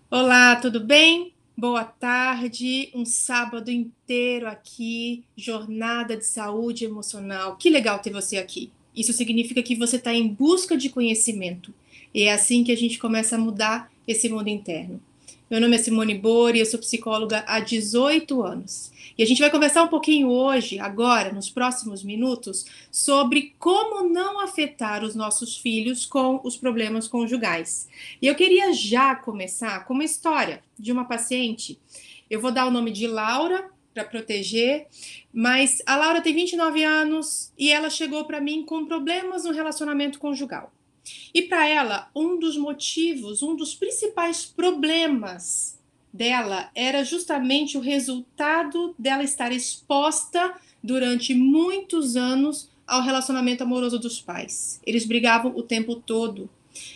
Olá, tudo bem? Boa tarde, um sábado inteiro aqui, jornada de saúde emocional. Que legal ter você aqui. Isso significa que você está em busca de conhecimento. E é assim que a gente começa a mudar esse mundo interno. Meu nome é Simone Bori, eu sou psicóloga há 18 anos. E a gente vai conversar um pouquinho hoje, agora, nos próximos minutos, sobre como não afetar os nossos filhos com os problemas conjugais. E eu queria já começar com uma história de uma paciente. Eu vou dar o nome de Laura para proteger, mas a Laura tem 29 anos e ela chegou para mim com problemas no relacionamento conjugal. E para ela, um dos motivos, um dos principais problemas dela era justamente o resultado dela estar exposta durante muitos anos ao relacionamento amoroso dos pais. Eles brigavam o tempo todo,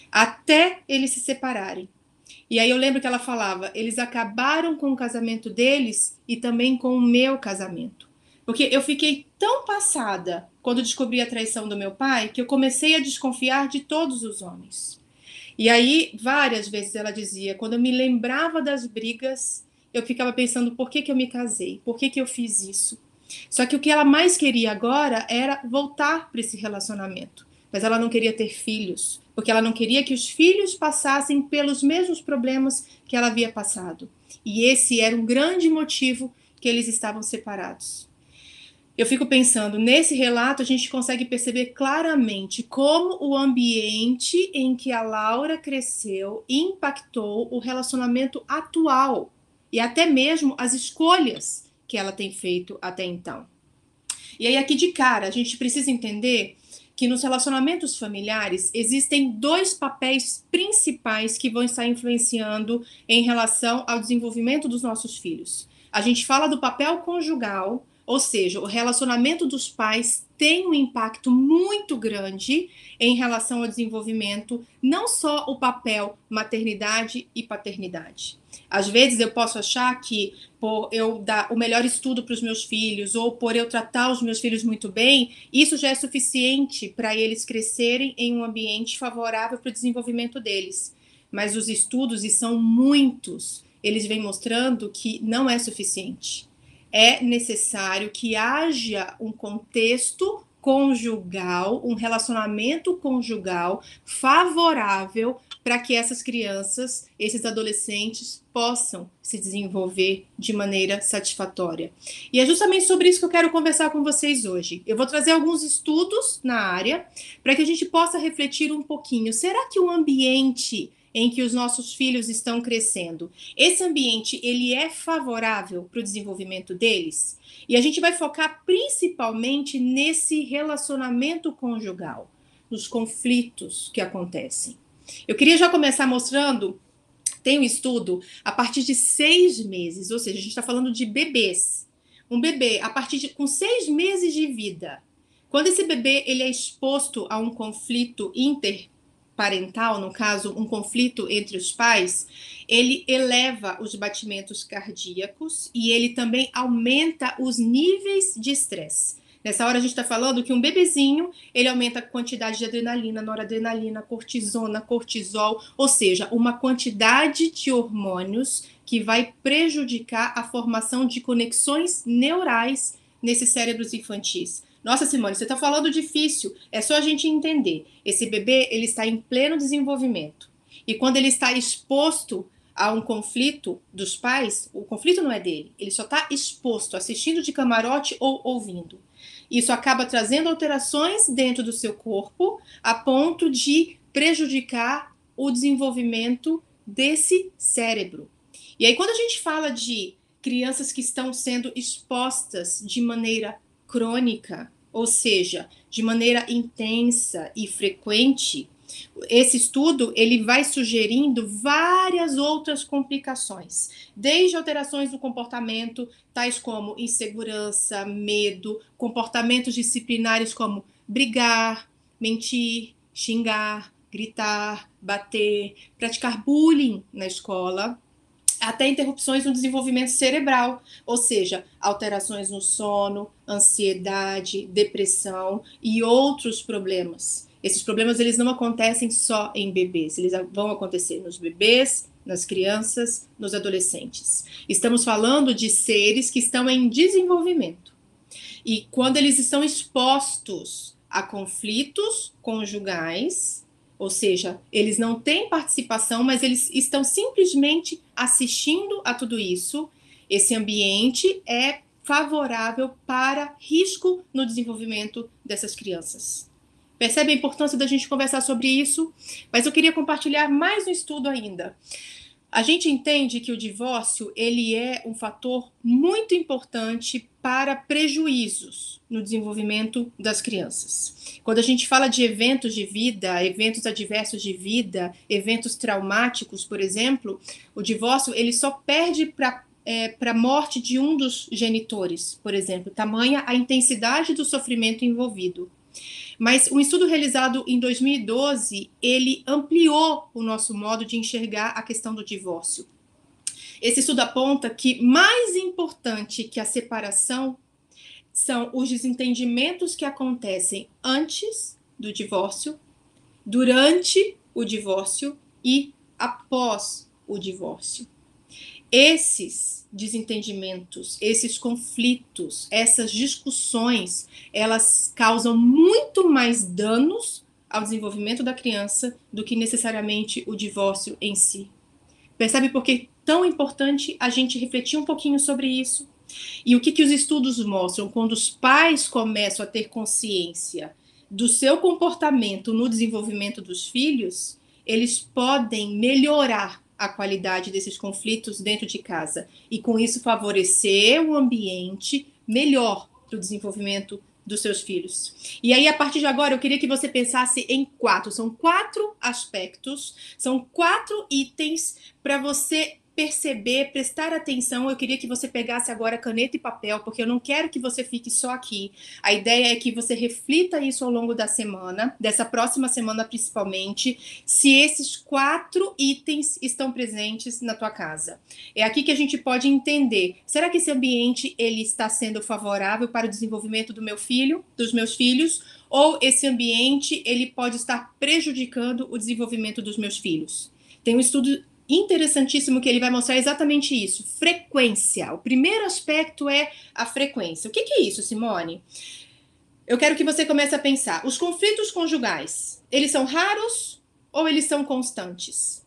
até eles se separarem. E aí eu lembro que ela falava, eles acabaram com o casamento deles e também com o meu casamento. Porque eu fiquei tão passada quando descobri a traição do meu pai que eu comecei a desconfiar de todos os homens. E aí, várias vezes ela dizia, quando eu me lembrava das brigas, eu ficava pensando por que eu me casei, por que eu fiz isso. Só que o que ela mais queria agora era voltar para esse relacionamento. Mas ela não queria ter filhos, porque ela não queria que os filhos passassem pelos mesmos problemas que ela havia passado. E esse era um grande motivo que eles estavam separados. Eu fico pensando, nesse relato a gente consegue perceber claramente como o ambiente em que a Laura cresceu impactou o relacionamento atual e até mesmo as escolhas que ela tem feito até então. E aí, aqui de cara, a gente precisa entender que nos relacionamentos familiares existem dois papéis principais que vão estar influenciando em relação ao desenvolvimento dos nossos filhos. A gente fala do papel conjugal, ou seja, o relacionamento dos pais tem um impacto muito grande em relação ao desenvolvimento, não só o papel maternidade e paternidade. Às vezes eu posso achar que por eu dar o melhor estudo para os meus filhos ou por eu tratar os meus filhos muito bem, isso já é suficiente para eles crescerem em um ambiente favorável para o desenvolvimento deles. Mas os estudos, e são muitos, eles vêm mostrando que não é suficiente. É necessário que haja um contexto conjugal, um relacionamento conjugal favorável para que essas crianças, esses adolescentes, possam se desenvolver de maneira satisfatória. E é justamente sobre isso que eu quero conversar com vocês hoje. Eu vou trazer alguns estudos na área para que a gente possa refletir um pouquinho. Será que o ambiente em que os nossos filhos estão crescendo, esse ambiente ele é favorável para o desenvolvimento deles? E a gente vai focar principalmente nesse relacionamento conjugal, nos conflitos que acontecem. Eu queria já começar mostrando, tem um estudo a partir de 6 meses, ou seja, a gente está falando de bebês. Um bebê, a partir de com 6 meses de vida, quando esse bebê ele é exposto a um conflito interparental, no caso, um conflito entre os pais, ele eleva os batimentos cardíacos e ele também aumenta os níveis de estresse. Nessa hora a gente está falando que um bebezinho, ele aumenta a quantidade de adrenalina, noradrenalina, cortisona, cortisol, ou seja, uma quantidade de hormônios que vai prejudicar a formação de conexões neurais nesses cérebros infantis. Nossa, Simone, você está falando difícil. É só a gente entender. Esse bebê, ele está em pleno desenvolvimento. E quando ele está exposto a um conflito dos pais, o conflito não é dele. Ele só está exposto, assistindo de camarote ou ouvindo. Isso acaba trazendo alterações dentro do seu corpo a ponto de prejudicar o desenvolvimento desse cérebro. E aí, quando a gente fala de crianças que estão sendo expostas de maneira crônica, ou seja, de maneira intensa e frequente, esse estudo ele vai sugerindo várias outras complicações, desde alterações do comportamento, tais como insegurança, medo, comportamentos disciplinares como brigar, mentir, xingar, gritar, bater, praticar bullying na escola, até interrupções no desenvolvimento cerebral, ou seja, alterações no sono, ansiedade, depressão e outros problemas. Esses problemas eles não acontecem só em bebês, eles vão acontecer nos bebês, nas crianças, nos adolescentes. Estamos falando de seres que estão em desenvolvimento. E quando eles estão expostos a conflitos conjugais, ou seja, eles não têm participação, mas eles estão simplesmente assistindo a tudo isso, esse ambiente é favorável para risco no desenvolvimento dessas crianças. Percebe a importância da gente conversar sobre isso? Mas eu queria compartilhar mais um estudo ainda. A gente entende que o divórcio ele é um fator muito importante para prejuízos no desenvolvimento das crianças. Quando a gente fala de eventos de vida, eventos adversos de vida, eventos traumáticos, por exemplo, o divórcio ele só perde para a morte de um dos genitores, por exemplo, tamanha a intensidade do sofrimento envolvido. Mas um estudo realizado em 2012, ele ampliou o nosso modo de enxergar a questão do divórcio. Esse estudo aponta que mais importante que a separação são os desentendimentos que acontecem antes do divórcio, durante o divórcio e após o divórcio. Esses desentendimentos, esses conflitos, essas discussões, elas causam muito mais danos ao desenvolvimento da criança do que necessariamente o divórcio em si. Percebe por que é tão importante a gente refletir um pouquinho sobre isso? E o que os estudos mostram? Quando os pais começam a ter consciência do seu comportamento no desenvolvimento dos filhos, eles podem melhorar a qualidade desses conflitos dentro de casa e com isso favorecer um ambiente melhor para o desenvolvimento dos seus filhos. E aí, a partir de agora, eu queria que você pensasse em são 4 aspectos, são 4 itens para você perceber, prestar atenção. Eu queria que você pegasse agora caneta e papel, porque eu não quero que você fique só aqui. A ideia é que você reflita isso ao longo da semana, dessa próxima semana principalmente, se esses 4 itens estão presentes na tua casa. É aqui que a gente pode entender, será que esse ambiente ele está sendo favorável para o desenvolvimento do meu filho, dos meus filhos, ou esse ambiente ele pode estar prejudicando o desenvolvimento dos meus filhos? Tem um estudo interessantíssimo que ele vai mostrar exatamente isso. Frequência. O primeiro aspecto é a frequência. O que é isso, Simone? Eu quero que você comece a pensar. Os conflitos conjugais, eles são raros ou eles são constantes?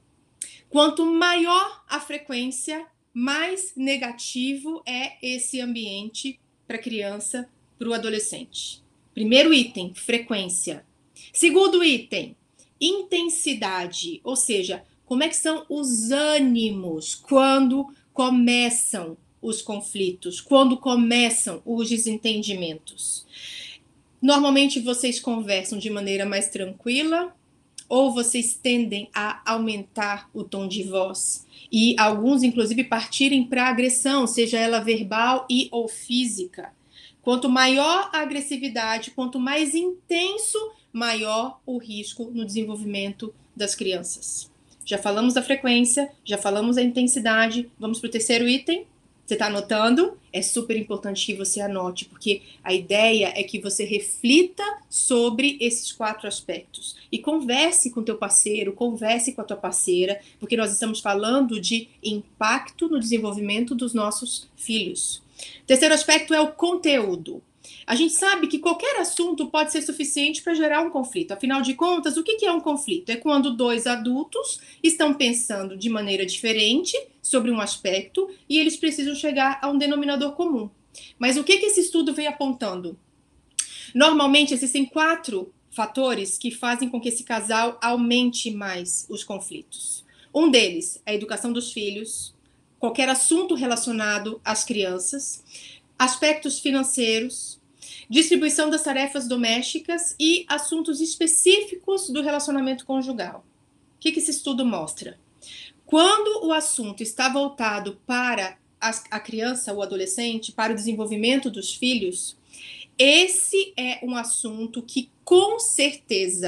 Quanto maior a frequência, mais negativo é esse ambiente para a criança, para o adolescente. Primeiro item, frequência. Segundo item, intensidade, ou seja, como é que são os ânimos quando começam os conflitos, quando começam os desentendimentos? Normalmente vocês conversam de maneira mais tranquila ou vocês tendem a aumentar o tom de voz? E alguns, inclusive, partirem para agressão, seja ela verbal e ou física. Quanto maior a agressividade, quanto mais intenso, maior o risco no desenvolvimento das crianças. Já falamos da frequência, já falamos da intensidade. Vamos para o terceiro item. Você está anotando? É super importante que você anote, porque a ideia é que você reflita sobre esses 4 aspectos. E converse com teu parceiro, converse com a tua parceira, porque nós estamos falando de impacto no desenvolvimento dos nossos filhos. O terceiro aspecto é o conteúdo. A gente sabe que qualquer assunto pode ser suficiente para gerar um conflito. Afinal de contas, o que é um conflito? É quando 2 adultos estão pensando de maneira diferente sobre um aspecto e eles precisam chegar a um denominador comum. Mas o que esse estudo vem apontando? Normalmente, existem 4 fatores que fazem com que esse casal aumente mais os conflitos. Um deles é a educação dos filhos, qualquer assunto relacionado às crianças, aspectos financeiros, distribuição das tarefas domésticas e assuntos específicos do relacionamento conjugal. O que esse estudo mostra? Quando o assunto está voltado para a criança ou adolescente, para o desenvolvimento dos filhos, esse é um assunto que, com certeza,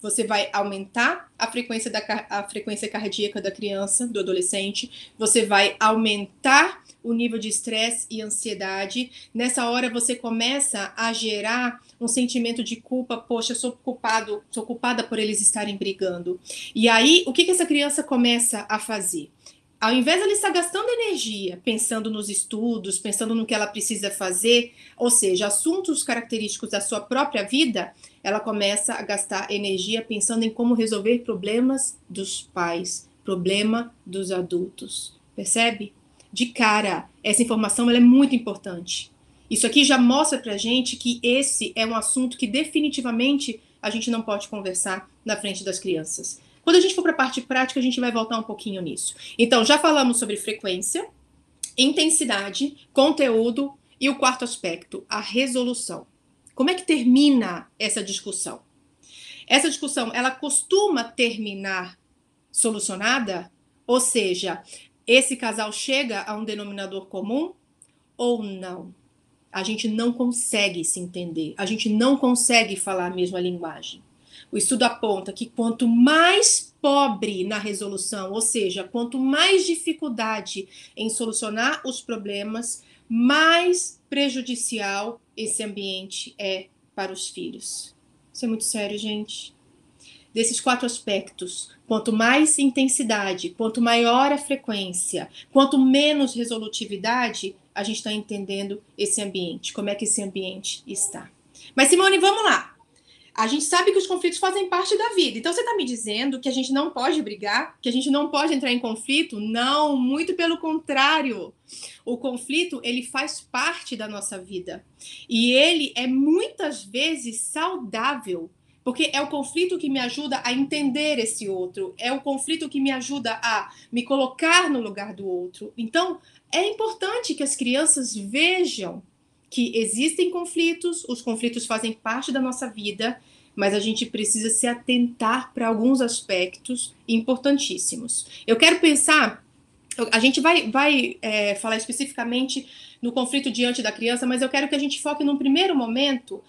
você vai aumentar a frequência cardíaca da criança, do adolescente, você vai aumentar o nível de estresse e ansiedade. Nessa hora você começa a gerar um sentimento de culpa, poxa, sou culpada por eles estarem brigando. E aí, o que essa criança começa a fazer? Ao invés de ela estar gastando energia pensando nos estudos, pensando no que ela precisa fazer, ou seja, assuntos característicos da sua própria vida, ela começa a gastar energia pensando em como resolver problemas dos pais, problema dos adultos. Percebe? De cara, essa informação ela é muito importante. Isso aqui já mostra pra gente que esse é um assunto que definitivamente a gente não pode conversar na frente das crianças. Quando a gente for para a parte prática, a gente vai voltar um pouquinho nisso. Então, já falamos sobre frequência, intensidade, conteúdo e o quarto aspecto, a resolução. Como é que termina essa discussão? Essa discussão, ela costuma terminar solucionada? Ou seja, esse casal chega a um denominador comum ou não? A gente não consegue se entender, a gente não consegue falar a mesma linguagem. O estudo aponta que quanto mais pobre na resolução, ou seja, quanto mais dificuldade em solucionar os problemas, mais prejudicial esse ambiente é para os filhos. Isso é muito sério, gente. Desses quatro aspectos, quanto mais intensidade, quanto maior a frequência, quanto menos resolutividade, a gente está entendendo esse ambiente, como é que esse ambiente está. Mas, Simone, vamos lá. A gente sabe que os conflitos fazem parte da vida. Então, você está me dizendo que a gente não pode brigar? Que a gente não pode entrar em conflito? Não, muito pelo contrário. O conflito, ele faz parte da nossa vida. E ele é muitas vezes saudável. Porque é o conflito que me ajuda a entender esse outro. É o conflito que me ajuda a me colocar no lugar do outro. Então, é importante que as crianças vejam que existem conflitos, os conflitos fazem parte da nossa vida, mas a gente precisa se atentar para alguns aspectos importantíssimos. Eu quero pensar, a gente vai falar especificamente no conflito diante da criança, mas eu quero que a gente foque num primeiro momento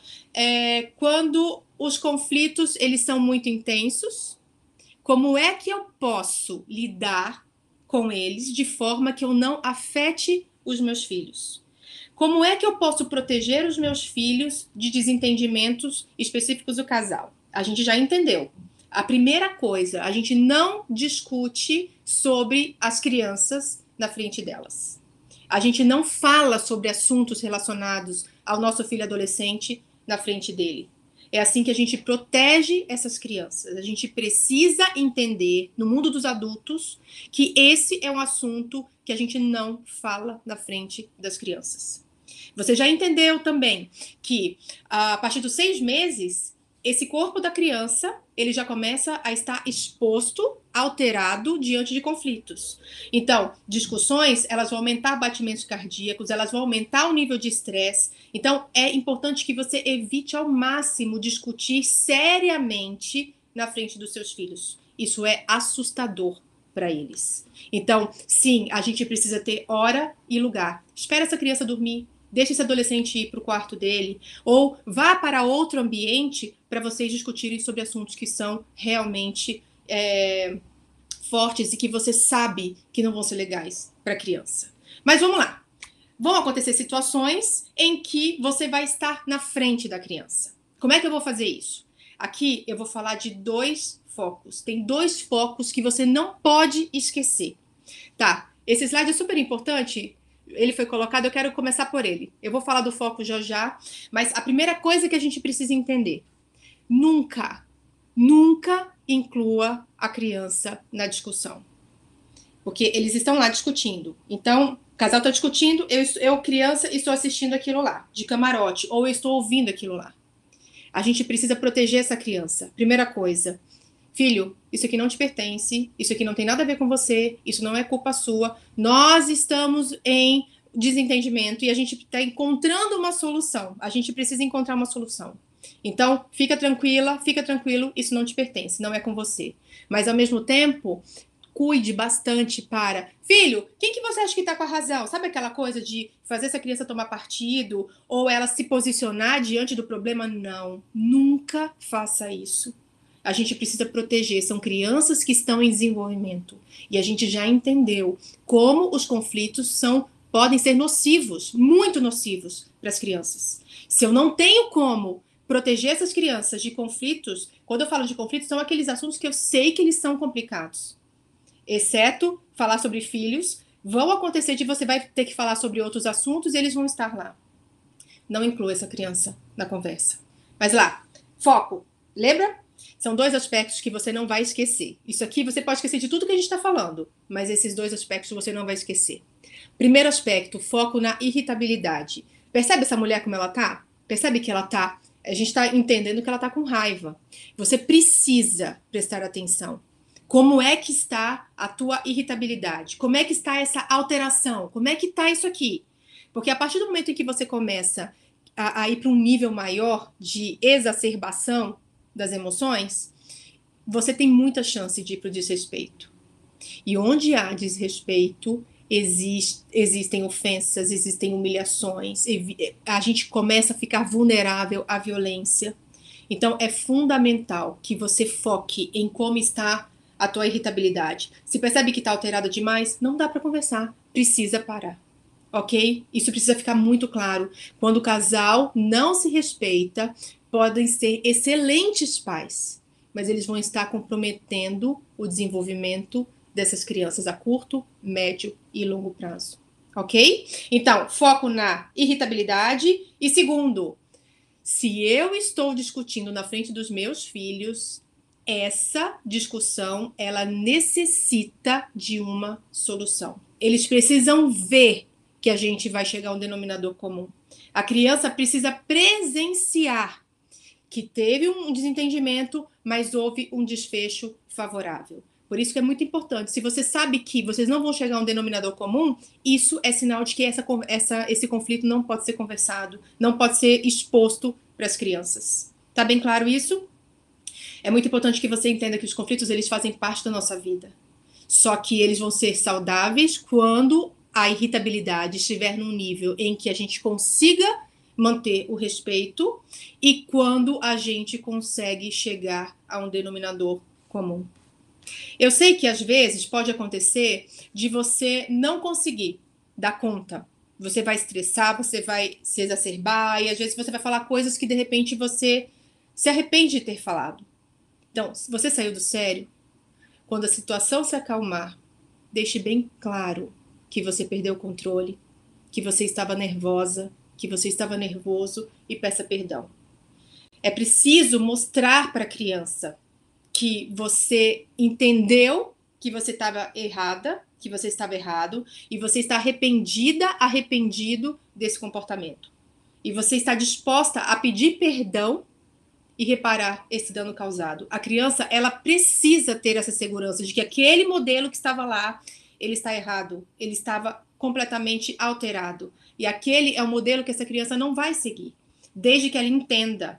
quando os conflitos eles são muito intensos. Como é que eu posso lidar com eles de forma que eu não afete os meus filhos? Como é que eu posso proteger os meus filhos de desentendimentos específicos do casal? A gente já entendeu. A primeira coisa, a gente não discute sobre as crianças na frente delas. A gente não fala sobre assuntos relacionados ao nosso filho adolescente na frente dele. É assim que a gente protege essas crianças. A gente precisa entender, no mundo dos adultos, que esse é um assunto que a gente não fala na frente das crianças. Você já entendeu também que a partir dos 6 meses, esse corpo da criança ele já começa a estar exposto, alterado diante de conflitos. Então, discussões, elas vão aumentar batimentos cardíacos, elas vão aumentar o nível de estresse. Então, é importante que você evite ao máximo discutir seriamente na frente dos seus filhos. Isso é assustador para eles. Então, sim, a gente precisa ter hora e lugar. Espera essa criança dormir, deixe esse adolescente ir para o quarto dele, ou vá para outro ambiente para vocês discutirem sobre assuntos que são realmente fortes e que você sabe que não vão ser legais para a criança. Mas vamos lá. Vão acontecer situações em que você vai estar na frente da criança. Como é que eu vou fazer isso? Aqui eu vou falar de 2 focos. Tem 2 focos que você não pode esquecer. Tá, esse slide é super importante. Ele foi colocado, eu quero começar por ele. Eu vou falar do foco já, mas a primeira coisa que a gente precisa entender: nunca inclua a criança na discussão. Porque eles estão lá discutindo. Então, o casal está discutindo, eu, criança, estou assistindo aquilo lá, de camarote, ou eu estou ouvindo aquilo lá. A gente precisa proteger essa criança. Primeira coisa: filho, isso aqui não te pertence, isso aqui não tem nada a ver com você, isso não é culpa sua, nós estamos em desentendimento e a gente está encontrando uma solução, a gente precisa encontrar uma solução. Então, fica tranquila, fica tranquilo, isso não te pertence, não é com você. Mas, ao mesmo tempo, cuide bastante para... Filho, quem que você acha que está com a razão? Sabe aquela coisa de fazer essa criança tomar partido ou ela se posicionar diante do problema? Não, nunca faça isso. a gente precisa proteger. São crianças que estão em desenvolvimento. E a gente já entendeu como os conflitos podem ser nocivos, muito nocivos para as crianças. Se eu não tenho como proteger essas crianças de conflitos, quando eu falo de conflitos, são aqueles assuntos que eu sei que eles são complicados. Exceto falar sobre filhos, vão acontecer de você vai ter que falar sobre outros assuntos e eles vão estar lá. Não inclua essa criança na conversa. Mas lá, foco. Lembra? São 2 aspectos que você não vai esquecer. Isso aqui você pode esquecer de tudo que a gente está falando, mas esses 2 aspectos você não vai esquecer. Primeiro aspecto, foco na irritabilidade. Percebe essa mulher como ela tá? Percebe que ela tá... A gente está entendendo que ela tá com raiva. Você precisa prestar atenção. Como é que está a tua irritabilidade? Como é que está essa alteração? Como é que está isso aqui? Porque a partir do momento em que você começa a ir para um nível maior de exacerbação das emoções, você tem muita chance de ir para o desrespeito. E onde há desrespeito, existem ofensas, existem humilhações, a gente começa a ficar vulnerável à violência. Então, é fundamental que você foque em como está a tua irritabilidade. Se percebe que está alterada demais, não dá para conversar, precisa parar. Ok? Isso precisa ficar muito claro. Quando o casal não se respeita, podem ser excelentes pais, mas eles vão estar comprometendo o desenvolvimento dessas crianças a curto, médio e longo prazo. Ok? Então, foco na irritabilidade. E segundo, se eu estou discutindo na frente dos meus filhos, essa discussão, ela necessita de uma solução. Eles precisam ver que a gente vai chegar a um denominador comum. A criança precisa presenciar que teve um desentendimento, mas houve um desfecho favorável. Por isso que é muito importante. Se você sabe que vocês não vão chegar a um denominador comum, isso é sinal de que esse conflito não pode ser conversado, não pode ser exposto para as crianças. Tá bem claro isso? É muito importante que você entenda que os conflitos eles fazem parte da nossa vida. Só que eles vão ser saudáveis quando a irritabilidade estiver num nível em que a gente consiga manter o respeito e quando a gente consegue chegar a um denominador comum. Eu sei que às vezes pode acontecer de você não conseguir dar conta. Você vai estressar, você vai se exacerbar e às vezes você vai falar coisas que de repente você se arrepende de ter falado. Então, se você saiu do sério, quando a situação se acalmar, deixe bem claro que você perdeu o controle, que você estava nervosa, que você estava nervoso e peça perdão. É preciso mostrar para a criança que você entendeu que você estava errada, que você estava errado e você está arrependida, arrependido desse comportamento. E você está disposta a pedir perdão e reparar esse dano causado. A criança, ela precisa ter essa segurança de que aquele modelo que estava lá, ele está errado, ele estava completamente alterado. E aquele é o modelo que essa criança não vai seguir, desde que ela entenda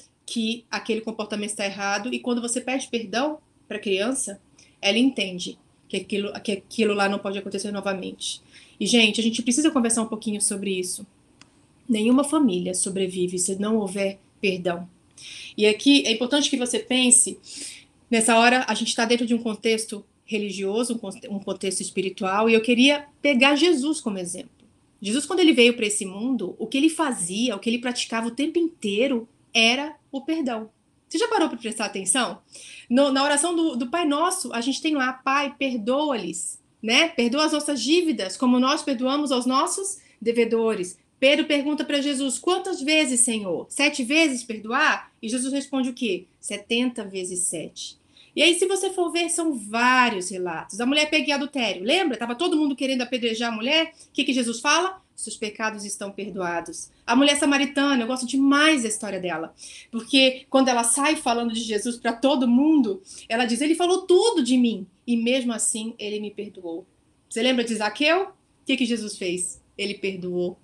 que aquele comportamento está errado e quando você pede perdão para a criança, ela entende que aquilo lá não pode acontecer novamente. E, gente, a gente precisa conversar um pouquinho sobre isso. Nenhuma família sobrevive se não houver perdão. E aqui é importante que você pense, nessa hora a gente está dentro de um contexto religioso, um contexto espiritual, e eu queria pegar Jesus como exemplo. Jesus, quando ele veio para esse mundo, o que ele fazia, o que ele praticava o tempo inteiro era o perdão. Você já parou para prestar atenção? Na oração do Pai Nosso, a gente tem lá, Pai, perdoa-lhes, né? Perdoa as nossas dívidas, como nós perdoamos aos nossos devedores. Pedro pergunta para Jesus, quantas vezes, Senhor? 7 vezes perdoar? E Jesus responde o quê? 70 vezes 7. E aí, se você for ver, são vários relatos. A mulher pega em adultério, lembra? Tava todo mundo querendo apedrejar a mulher. O que Jesus fala? Seus pecados estão perdoados. A mulher samaritana, eu gosto demais da história dela. Porque quando ela sai falando de Jesus para todo mundo, ela diz, ele falou tudo de mim. E mesmo assim, ele me perdoou. Você lembra de Zaqueu? O que Jesus fez? Ele perdoou.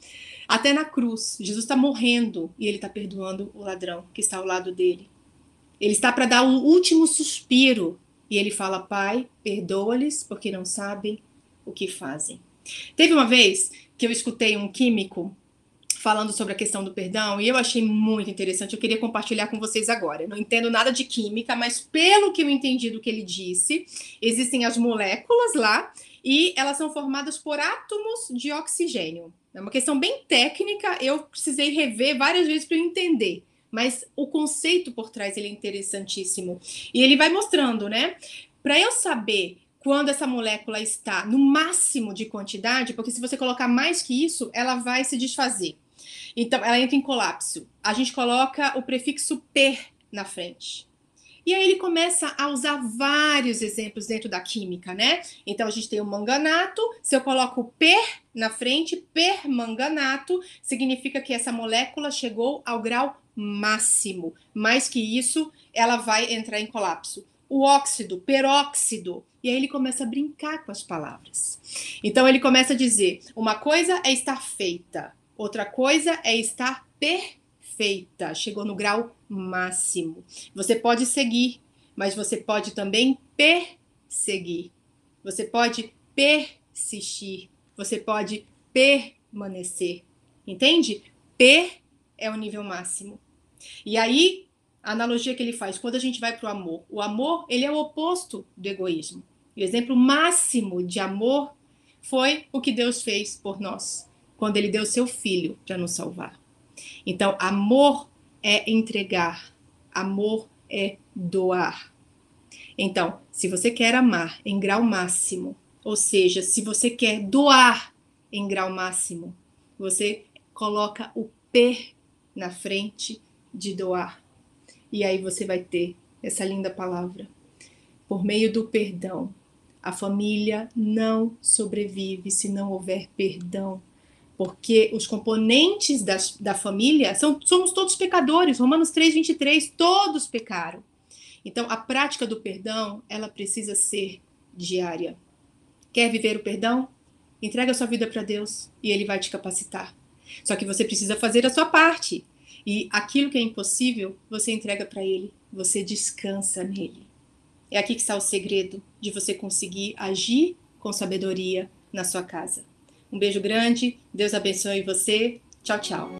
Até na cruz, Jesus está morrendo e ele está perdoando o ladrão que está ao lado dele. Ele está para dar um último suspiro e ele fala, Pai, perdoa-lhes porque não sabem o que fazem. Teve uma vez que eu escutei um químico falando sobre a questão do perdão e eu achei muito interessante. Eu queria compartilhar com vocês agora. Eu não entendo nada de química, mas pelo que eu entendi do que ele disse, existem as moléculas lá e elas são formadas por átomos de oxigênio. É uma questão bem técnica, eu precisei rever várias vezes para eu entender. Mas o conceito por trás ele é interessantíssimo. E ele vai mostrando, né? Para eu saber quando essa molécula está no máximo de quantidade, porque se você colocar mais que isso, ela vai se desfazer. Então, ela entra em colapso. A gente coloca o prefixo per na frente. E aí ele começa a usar vários exemplos dentro da química, né? Então a gente tem o manganato, se eu coloco o per na frente, permanganato, significa que essa molécula chegou ao grau máximo. Mais que isso, ela vai entrar em colapso. O óxido, peróxido, e aí ele começa a brincar com as palavras. Então ele começa a dizer, uma coisa é estar feita, outra coisa é estar perfeita, chegou no grau máximo. Você pode seguir, mas você pode também perseguir. Você pode persistir, você pode permanecer. Entende? Per é o nível máximo. E aí, a analogia que ele faz, quando a gente vai para o amor, ele é o oposto do egoísmo. O exemplo máximo de amor foi o que Deus fez por nós, quando ele deu seu filho para nos salvar. Então, amor é entregar, amor é doar. Então, se você quer amar em grau máximo, ou seja, se você quer doar em grau máximo, você coloca o per na frente de doar. E aí você vai ter essa linda palavra. Por meio do perdão, a família não sobrevive se não houver perdão. Porque os componentes da família somos todos pecadores. Romanos 3:23, todos pecaram. Então, a prática do perdão, ela precisa ser diária. Quer viver o perdão? Entrega a sua vida para Deus e Ele vai te capacitar. Só que você precisa fazer a sua parte. E aquilo que é impossível, você entrega para Ele. Você descansa nele. É aqui que está o segredo de você conseguir agir com sabedoria na sua casa. Um beijo grande, Deus abençoe você. Tchau, tchau.